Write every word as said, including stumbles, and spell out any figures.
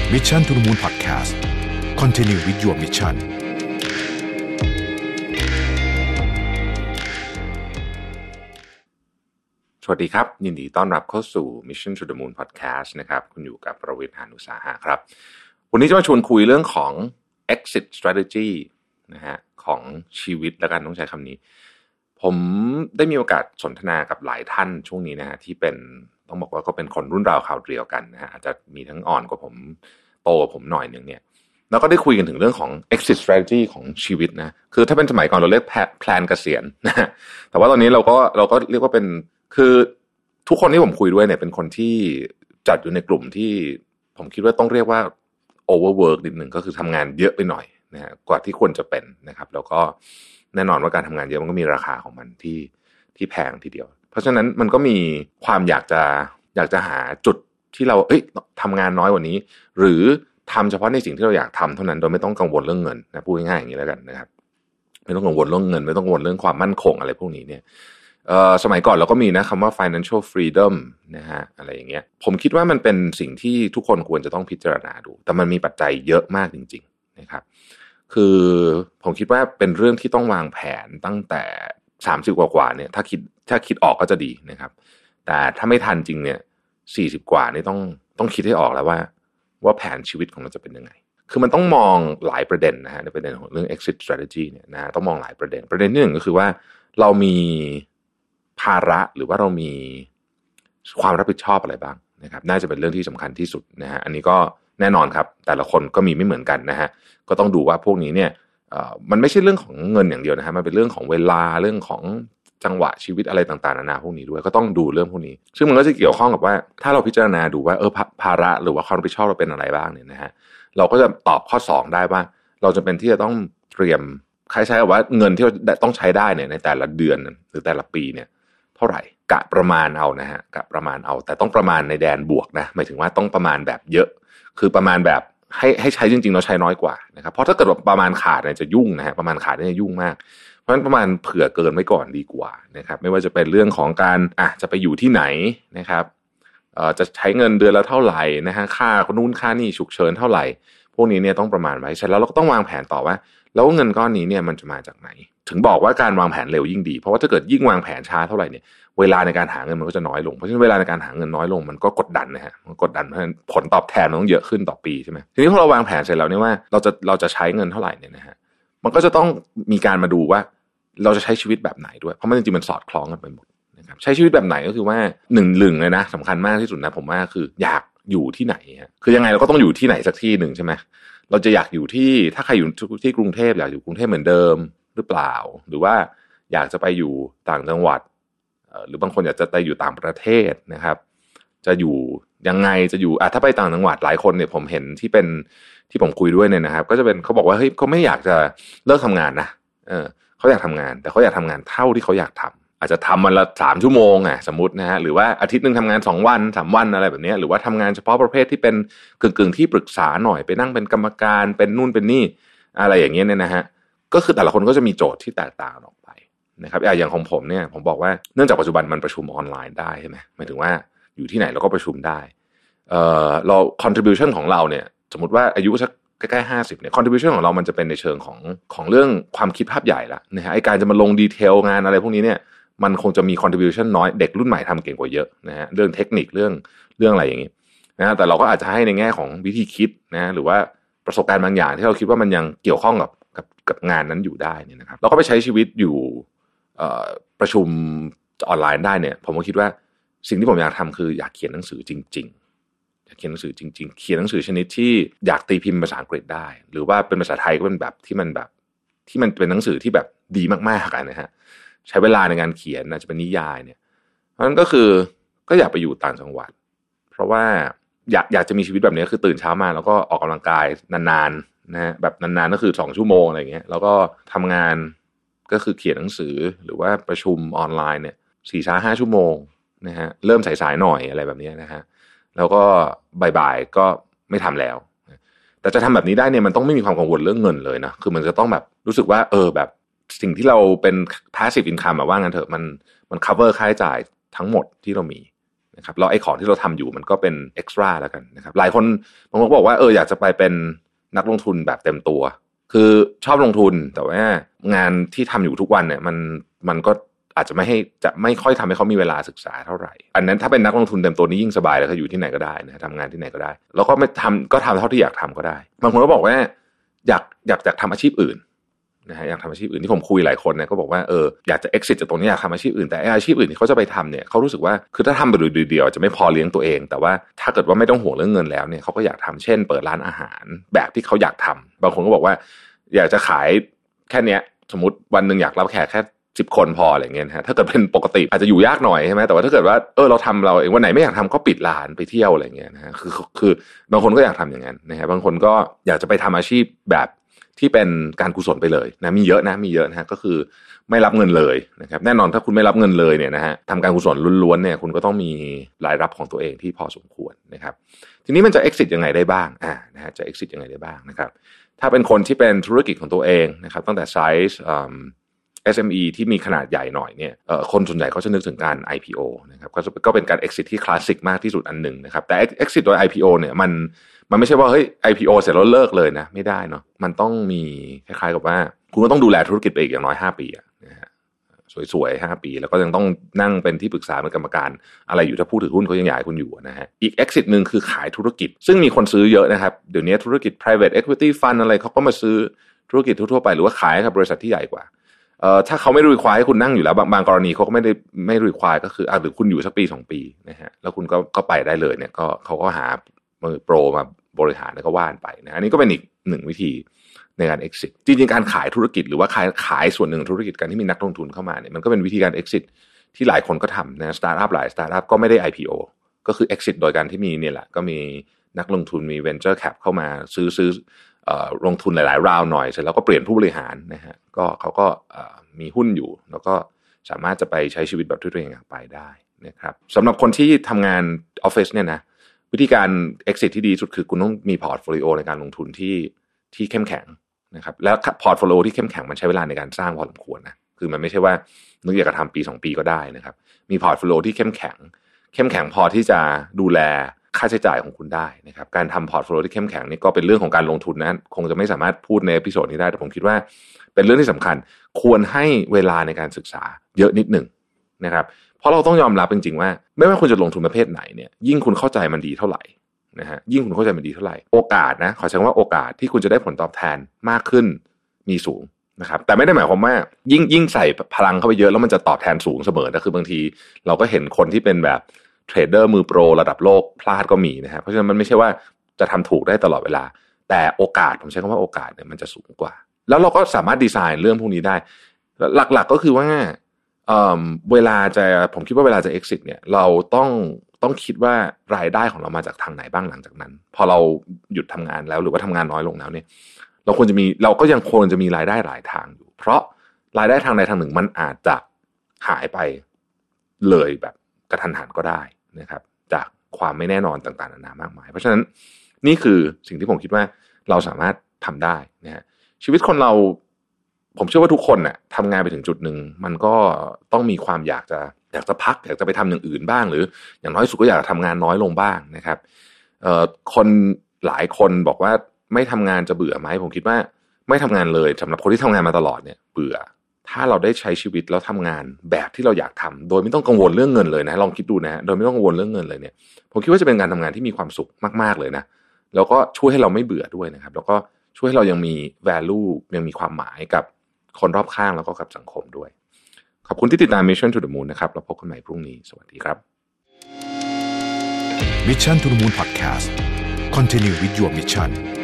Mission to the Moon Podcast Continue with your mission สวัสดีครับยินดีต้อนรับเข้าสู่ Mission to the Moon Podcast นะครับคุณอยู่กับประวิตร หาญอุตสาหะครับวันนี้จะมาชวนคุยเรื่องของ exit strategy นะฮะของชีวิตแล้วกันต้องใช้คำนี้ผมได้มีโอกาสสนทนากับหลายท่านช่วงนี้นะฮะที่เป็นต้องบอกว่าก็เป็นคนรุ่นราวคราวเดียวกันนะฮะอาจจะมีทั้งอ่อนกว่าผมโตกว่าผมหน่อยนึงเนี่ยแล้วก็ได้คุยกันถึงเรื่องของ exit strategy ของชีวิตนะคือถ้าเป็นสมัยก่อนเราเรียกแพลนเกษียณนะฮะแต่ว่าตอนนี้เราก็เราก็เรียกว่าเป็นคือทุกคนที่ผมคุยด้วยเนี่ยเป็นคนที่จัดอยู่ในกลุ่มที่ผมคิดว่าต้องเรียกว่า overwork นิดนึงก็คือทำงานเยอะไปหน่อยนะฮะกว่าที่ควรจะเป็นนะครับแล้วก็แน่นอนว่าการทำงานเยอะมันก็มีราคาของมันที่ที่แพงทีเดียวเพราะฉะนั้นมันก็มีความอยากจะอยากจะหาจุดที่เราเอ้ยทำงานน้อยกว่านี้หรือทำเฉพาะในสิ่งที่เราอยากทำเท่านั้นโดยไม่ต้องกังวลเรื่องเงินนะพูดง่ายๆอย่างนี้แล้วกันนะครับไม่ต้องกังวลเรื่องเงินไม่ต้องกังวลเรื่องความมั่นคงอะไรพวกนี้เนี่ยเอ่อสมัยก่อนเราก็มีนะคำว่า financial freedom นะฮะอะไรอย่างเงี้ยผมคิดว่ามันเป็นสิ่งที่ทุกคนควรจะต้องพิจารณาดูแต่มันมีปัจจัยเยอะมากจริงๆนะครับคือผมคิดว่าเป็นเรื่องที่ต้องวางแผนตั้งแต่สามสิบกว่าๆเนี่ยถ้าคิดถ้าคิดออกก็จะดีนะครับแต่ถ้าไม่ทันจริงเนี่ยสี่สิบกว่านี่ต้องต้องคิดให้ออกแล้วว่าว่าแผนชีวิตของเราจะเป็นยังไงคือมันต้องมองหลายประเด็นนะฮะในประเด็นของเรื่อง exit strategy เนี่ยนะฮะต้องมองหลายประเด็นประเด็นที่หนึ่งก็คือว่าเรามีภาระหรือว่าเรามีความรับผิดชอบอะไรบ้างนะครับน่าจะเป็นเรื่องที่สำคัญที่สุดนะฮะอันนี้ก็แน่นอนครับแต่ละคนก็มีไม่เหมือนกันนะฮะก็ต้องดูว่าพวกนี้เนี่ยเอ่อมันไม่ใช่เรื่องของเงินอย่างเดียวนะฮะมันเป็นเรื่องของเวลาเรื่องของจังหวะชีวิตอะไรต่างๆนานาพวกนี้ด้วยก็ต้องดูเรื่องพวกนี้ซึ่งมันก็จะเกี่ยวข้องกับว่าถ้าเราพิจารณาดูว่าเออภาระหรือว่าความรับผิดชอบเราเป็นอะไรบ้างเนี่ยนะฮะเราก็จะตอบข้อสองได้ว่าเราจะเป็นที่จะต้องเตรียมใครใช้ว่าเงินที่เราต้องใช้ได้เนี่ยในแต่ละเดือนหรือแต่ละปีเนี่ยเท่าไหร่กะประมาณเอานะฮะกะประมาณเอาแต่ต้องประมาณในแดนบวกนะหมายถึงว่าต้องประมาณแบบเยอะคือประมาณแบบให้ให้ใช้จริงๆเราใช้น้อยกว่านะครับเพราะถ้าเกิดว่าประมาณขาดเนี่ยจะยุ่งนะฮะประมาณขาดเนี่ยจะยุ่งมากเพราะฉะนั้นประมาณเผื่อเกินไว้ก่อนดีกว่านะครับไม่ว่าจะเป็นเรื่องของการอ่ะจะไปอยู่ที่ไหนนะครับเอ่อจะใช้เงินเดือนละเท่าไหร่นะฮะค่านู่นค่านี่ฉุกเฉินเท่าไหร่พวกนี้เนี่ยต้องประมาณไว้เสร็จแล้วเราก็ต้องวางแผนต่อว่าแล้วเงินก้อนนี้เนี่ยมันจะมาจากไหนถึงบอกว่าการวางแผนเร็วยิ่งดีเพราะว่าถ้าเกิดยิ่งวางแผนช้าเท่าไหร่เนี่ยเวลาในการหาเงินมันก็จะน้อยลงเพราะฉะนั้นเวลาในการหาเงินน้อยลงมันก็กดดันนะฮะมันกดดันเพราะฉะนั้นผลตอบแทนมันต้องเยอะขึ้นต่อปีใช่ไหมทีนี้พอเราวางแผนเสร็จแล้วเนี่ยว่าเราจะเราจะใช้เงินเท่าไหร่เนี่ยนะฮะมันก็จะต้องมีการมาดูว่าเราจะใช้ชีวิตแบบไหนด้วยเพราะมันจริงๆมันสอดคล้องกันไปหมดนะครับใช้ชีวิตแบบไหนก็คือว่าหนึ่งหนึ่งเลยนะสำคัญมากที่สุดนะผมว่าคืออยากอยู่ที่ไหนฮะคือยังไงเราก็ต้องอยู่ที่ไหนสักที่หนึ่งใช่ไหมเราจะอยากอยู่ที่ถ้าใครอยู่ที่กรุงเทพอยากอยู่กรุงเทพเหมือนเดิมหรือเปล่าหรือว่าอยากจะไปอยู่ต่างจังหวัดหรือบางคนอยากจะไปอยู่ต่างประเทศนะครับจะอยู่ยังไงจะอยู่อ่ะถ้าไปต่างจังหวัดหลายคนเนี่ยผมเห็นที่เป็นที่ผมคุยด้วยเนี่ยนะครับก็จะเป็นเขาบอกว่าเฮ้ยเขาไม่อยากจะเลิกทำงานนะเออเขาอยากทำงานแต่เขาอยากทำงานเท่าที่เขาอยากทำอาจจะทำวันละสามชั่วโมงอ่ะสมมตินะฮะหรือว่าอาทิตย์นึงทำงานสองวันสามวันอะไรแบบนี้หรือว่าทำงานเฉพาะประเภทที่เป็นกึ่งๆที่ปรึกษาหน่อยไปนั่งเป็นกรรมการเป็นนู่นเป็นนี่อะไรอย่างเงี้ยเนี่ยนะฮะก็คือแต่ละคนก็จะมีโจทย์ที่แตกต่างออกไปนะครับอย่างของผมเนี่ยผมบอกว่าเนื่องจากปัจจุบันมันประชุมออนไลน์ได้ใช่ไหมหมายถึงว่าอยู่ที่ไหนเราก็ประชุมได้เอ่อเรา contribution ของเราเนี่ยสมมติว่าอายุสักใกล้ๆห้าสิบเนี่ย contribution ของเรามันจะเป็นในเชิงของของเรื่องความคิดภาพใหญ่ละนะฮะไอ้การจะมาลงดีเทลงานอะไรพวกนี้เนี่ยมันคงจะมี contribution น้อยเด็กรุ่นใหม่ทำเก่งกว่าเยอะนะฮะเรื่องเทคนิคเรื่องเรื่องอะไรอย่างงี้นะแต่เราก็อาจจะให้ในแง่ของวิธีคิดนะหรือว่าประสบการณ์บางอย่างที่เราคิดว่ามันยังเกี่ยวข้องกับกับกับงานนั้นอยู่ได้เนี่ยนะครับเราก็ไปใช้ชีวิตอยู่ประชุมออนไลน์ได้เนี่ยผมก็คิดว่าสิ่งที่ผมอยากทำคืออยากเขียนหนังสือจริงๆอยากเขียนหนังสือจริงๆเขียนหนังสือชนิดที่อยากตีพิมพ์ภาษาอังกฤษได้หรือว่าเป็นภาษาไทยก็เป็นแบบที่มันแบบที่มันเป็นหนังสือที่แบบดีมากๆกันนะฮะใช้เวลาในการเขียนนะจะเป็นนิยายเนี่ยเพราะฉะนั้นก็คือก็อยากไปอยู่ต่างจังหวัดเพราะว่าอยากอยากจะมีชีวิตแบบนี้คือตื่นเช้ามาแล้วก็ออกกำลังกายนานๆนะฮะแบบนานๆก็คือสองชั่วโมงอะไรอย่างเงี้ยแล้วก็ทำงานก็คือเขียนหนังสือหรือว่าประชุมออนไลน์เนี่ยสี่ช้าห้าชั่วโมงนะฮะเริ่มสายๆหน่อยอะไรแบบนี้นะฮะแล้วก็บ่ายๆก็ไม่ทำแล้วแต่จะทำแบบนี้ได้เนี่ยมันต้องไม่มีความกังวลเรื่องเงินเลยนะคือมันจะต้องแบบรู้สึกว่าเออแบบสิ่งที่เราเป็น passive income แบบว่างั้นเถอะมันมัน cover ค่าใช้จ่ายทั้งหมดที่เรามีนะครับแล้วไอ้ของที่เราทำอยู่มันก็เป็นเอ็กซ์ตร้าแล้วกันนะครับหลายคนบางคนบอกว่าเอออยากจะไปเป็นนักลงทุนแบบเต็มตัวคือชอบลงทุนแต่ว่างานที่ทำอยู่ทุกวันเนี่ยมันมันก็อาจจะไม่ให้จะไม่ค่อยทำให้เขามีเวลาศึกษาเท่าไหร่อันนั้นถ้าเป็นนักลงทุนเต็มตัวนี่ยิ่งสบายเลยเขาอยู่ที่ไหนก็ได้นะทำงานที่ไหนก็ได้แล้วก็ไม่ทำก็ทำเท่าที่อยากทำก็ได้บางคนก็บอกว่าอยากอยากอยากทำอาชีพอื่นนะฮะอยากทำอาชีพอื่นที่ผมคุยหลายคนเนี่ยก็บอกว่าเอออยากจะ exit จากตรงนี้อยากทำอาชีพอื่นแต่อาชีพอื่นที่เขาจะไปทำเนี่ยเขารู้สึกว่าคือถ้าทำไปเดียวๆจะไม่พอเลี้ยงตัวเองแต่ว่าถ้าเกิดว่าไม่ต้องห่วงเรื่องเงินแล้วเนี่ยเขาก็อยากทำเช่นเปิดร้านอาหารแบบที่เขาอยากทำบางคนก็บอกว่าอยากจะขายแค่เนี้ยสมมติวันนึงอยากรับแขกแค่สิบคนพออะไรเงี้ยฮะถ้าเกิดเป็นปกติอาจจะอยู่ยากหน่อยใช่ไหมแต่ว่าถ้าเกิดว่าเออเราทำเราเองวันไหนไม่อยากทำก็ปิดร้านไปเที่ยวอะไรเงี้ยนะฮะคือคือบางคนก็อยากทำอย่างนั้นนะฮะบางคนก็อยากจะไปทำอาชีพแบบที่เป็นการกุศลไปเลยนะมีเยอะนะมีเยอะนะฮะก็คือไม่รับเงินเลยนะครับแน่นอนถ้าคุณไม่รับเงินเลยเนี่ยนะฮะทำการกุศลล้วนๆเนี่ยคุณก็ต้องมีรายรับของตัวเองที่พอสมควรนะครับทีนี้มันจะ exit ยังไงได้บ้างอ่านะฮะจะ exit ยังไงได้บ้างนะครับถ้าเป็นคนที่เป็นธุรกิจของตัวเองนะครับตั้งแต่ไซส์เอส เอ็ม อี ที่มีขนาดใหญ่หน่อยเนี่ยเอ่อคนส่วนใหญ่เขาจะนึกถึงการ ไอ พี โอ นะครับก็ก็เป็นการ exit ที่คลาสสิกมากที่สุดอันหนึ่งนะครับแต่ exit โดย ไอ พี โอ เนี่ยมันมันไม่ใช่ว่าเฮ้ย ไอ พี โอ เสร็จแล้วเลิกเลยนะไม่ได้เนาะมันต้องมีคล้ายๆกับว่าคุณก็ต้องดูแลธุรกิจไปอีกอย่างน้อยห้าปีอะนะฮะสวยๆห้าปีแล้วก็ยังต้องนั่งเป็นที่ปรึกษาเป็นกรรมการอะไรอยู่ถ้าผู้ถือหุ้นเขายังอยากให้คุณอยู่นะฮะอีก exit นึงคือขายธุรกิจซึ่งมีคนซื้อเยอะนะครับเดี๋ยวนี้ธุรกิจ private equity fund อะไรเขาก็มาซื้อธุรกิจทั่วๆไปหรือว่าขายกับบริษัทที่ใหญ่กว่าเอ่อถ้าเขาไม่รีควายให้คุณนั่งอยู่แล้วบางบางกรณีเขาก็ไม่ได้ไม่รีควายก็คืออ่ะหรือคุณอยู่สักปีสองปีนะฮะแล้วคุณก็ก็ไปได้เลยเนี่ยก็เขาก็หามือโปรมาบริหารแล้วก็ว่านไปนะอันนี้ก็เป็นอีกหนึ่งวิธีในการ exit จริงๆการขายธุรกิจหรือว่าขายขายส่วนหนึ่งธุรกิจการที่มีนักลงทุนเข้ามาเนี่ยมันก็เป็นวิธีการ exit ที่หลายคนก็ทำนะสตาร์ทอัพหลายสตาร์ทอัพก็ไม่ได้ ไอ พี โอ ก็คือ exit โดยการที่มีเนี่ยแหละก็มีนักลงทุนมี venture cap เข้ามาซื้อซื้อเอ่อลงทุนหลายๆราวหน่อยเสร็จแล้วก็เปลี่ยนผู้บริหารนะฮะก็เขาก็เอ่อมีหุ้นอยู่แล้วก็สามารถจะไปใช้ชีวิตแบบที่ตัวเองอยากไปได้นะครับสำหรับคนที่ทำงานออฟฟิศเนี่ยนะวิธีการ exit ที่ดีสุดคือคุณต้องมีพอร์ตโฟลิโอในการลงทุนที่ที่เข้มแข็งนะครับแล้วพอร์ตโฟลิโอที่เข้มแข็งมันใช้เวลาในการสร้างพอสมควรนะคือมันไม่ใช่ว่านึกอยากจะทำปีสองปีก็ได้นะครับมีพอร์ตโฟลิโอที่เข้มแข็งเข้มแข็งพอที่จะดูแลค่าใช้จ่ายของคุณได้นะครับการทำพอร์ตโฟลิโอที่เข้มแข็งนี่ก็เป็นเรื่องของการลงทุนนะคงจะไม่สามารถพูดในเอพิโซดนี้ได้แต่ผมคิดว่าเป็นเรื่องที่สำคัญควรให้เวลาในการศึกษาเยอะนิดหนึ่งนะครับเพราะเราต้องยอมรับจริงๆว่าไม่ว่าคุณจะลงทุนประเภทไหนเนี่ยยิ่งคุณเข้าใจมันดีเท่าไหร่นะฮะยิ่งคุณเข้าใจมันดีเท่าไหร่โอกาสนะขอใช้คำว่าโอกาสที่คุณจะได้ผลตอบแทนมากขึ้นมีสูงนะครับแต่ไม่ได้หมายความว่ายิ่งยิ่งใส่พลังเข้าไปเยอะแล้วมันจะตอบแทนสูงเสมอนะคือบางทีเราก็เห็นคนที่เป็นแบบเทรดเดอร์มือโปรระดับโลกพลาดก็มีนะฮะเพราะฉะนั้นมันไม่ใช่ว่าจะทำถูกได้ตลอดเวลาแต่โอกาสผมใช้คำว่าโอกาสเนี่ยมันจะสูงกว่าแล้วเราก็สามารถดีไซน์เรื่องพวกนี้ได้หลักๆก็คือว่าเอ่อเวลาจะผมคิดว่าเวลาจะ exit เนี่ยเราต้องต้องคิดว่ารายได้ของเรามาจากทางไหนบ้างหลังจากนั้นพอเราหยุดทำงานแล้วหรือว่าทำงานน้อยลงแล้วเนี่ยเราควรจะมีเราก็ยังควรจะมีรายได้หลายทางอยู่เพราะรายได้ทางใดทางหนึ่งมันอาจจะหายไปเลยแบบกระทันหันก็ได้นะครับจากความไม่แน่นอนต่างๆนานามากมายเพราะฉะนั้นนี่คือสิ่งที่ผมคิดว่าเราสามารถทำได้นะฮะชีวิตคนเราผมเชื่อว่าทุกคนน่ะทำงานไปถึงจุดหนึ่งมันก็ต้องมีความอยากจะอยากจะพักอยากจะไปทำอย่างอื่นบ้างหรืออย่างน้อยสุดก็อยากทำงานน้อยลงบ้างนะครับเอ่อคนหลายคนบอกว่าไม่ทำงานจะเบื่อไหมผมคิดว่าไม่ทำงานเลยสำหรับคนที่ทำงานมาตลอดเนี่ยเบื่อถ้าเราได้ใช้ชีวิตแล้วทำงานแบบที่เราอยากทำโดยไม่ต้องกังวลเรื่องเงินเลยนะลองคิดดูนะฮะโดยไม่ต้องกังวลเรื่องเงินเลยเนี่ยผมคิดว่าจะเป็นการทำงานที่มีความสุขมากๆเลยนะแล้วก็ช่วยให้เราไม่เบื่อด้วยนะครับแล้วก็ช่วยให้เรายังมี value ยังมีความหมายกับคนรอบข้างแล้วก็กับสังคมด้วยขอบคุณที่ติดตาม Mission to the Moon นะครับเราพบกันใหม่พรุ่งนี้สวัสดีครับ Mission to the Moon Podcast Continue with your mission